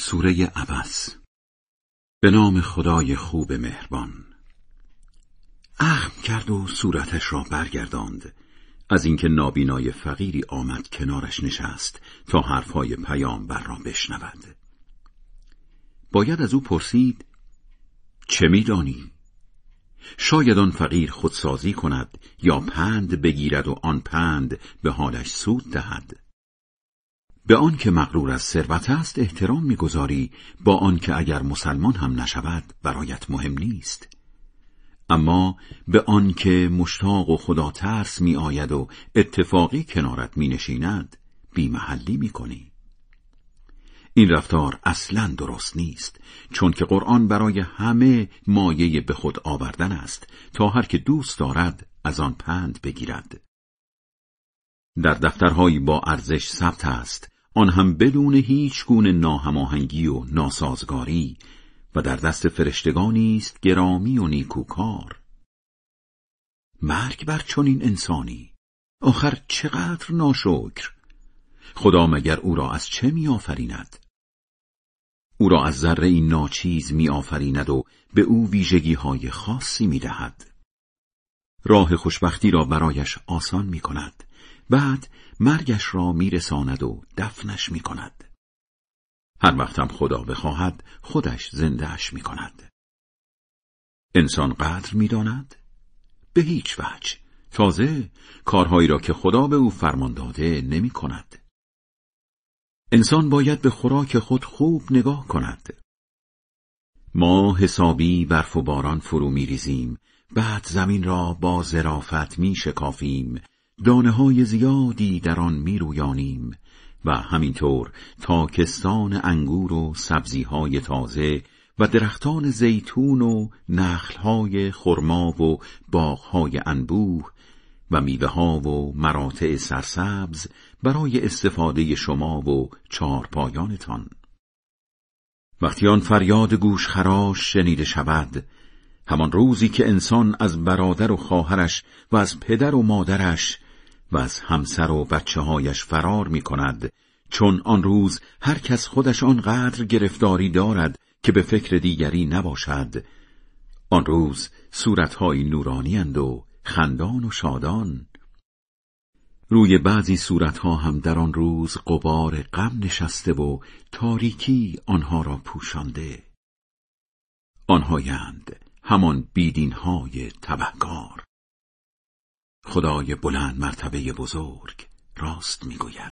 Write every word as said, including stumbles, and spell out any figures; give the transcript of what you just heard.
سوره عبس. به نام خدای خوب مهربان. اخم کرد و صورتش را برگرداند. از اینکه نابینای فقیری آمد کنارش نشست تا حرفهای پیامبر را بشنود. باید از او پرسید چه می‌دانی؟ شاید آن فقیر خودسازی کند یا پند بگیرد و آن پند به حالش سود دهد. به آن که مغرور از ثروت است احترام می‌گذاری، با آن که اگر مسلمان هم نشود برایت مهم نیست. اما به آن که مشتاق و خدا ترس می آید و اتفاقی کنارت می نشیند بی محلی می کنی. این رفتار اصلاً درست نیست، چون که قرآن برای همه مایه به خود آوردن است تا هر که دوست دارد از آن پند بگیرد. در دفترهایی با ارزش ثبت است، آن هم بدون هیچ گونه ناهماهنگی و ناسازگاری، و در دست فرشتگانی است گرامی و نیکوکار. مرگ بر چنین انسانی، آخر چقدر ناشکر. خدا مگر او را از چه می آفریند؟ او را از ذره این ناچیز می آفریند و به او ویژگی های خاصی می دهد. راه خوشبختی را برایش آسان می کند، بعد مرگش را می رساند و دفنش می کند. هر وقتم خدا بخواهد خودش زندهش می کند. انسان قدر می داند؟ به هیچ وجه. تازه کارهایی را که خدا به او فرمان داده نمی کند. انسان باید به خوراک خود خوب نگاه کند. ما حسابی برف و باران فرو می ریزیم، بعد زمین را با ظرافت می شکافیم، دانه های زیادی در آن می رویانیم و همینطور تاکستان انگور و سبزیهای تازه و درختان زیتون و نخلهای خرما و باغهای انبوه و میوه‌ها و مراتع سرسبز برای استفاده شما و چارپایانتان. وقتی آن فریاد گوشخراش شنیده شود، همان روزی که انسان از برادر و خواهرش و از پدر و مادرش و از همسر و بچه هایش فرار می کند، چون آن روز هر کس خودش آنقدر گرفتاری دارد که به فکر دیگری نباشد. آن روز صورتهای نورانی اند و خندان و شادان. روی بعضی صورتها هم در آن روز غبار غم نشسته و تاریکی آنها را پوشانده. آنهایند همان بیدینهای تبهکار. خدای بلند مرتبه بزرگ راست میگوید.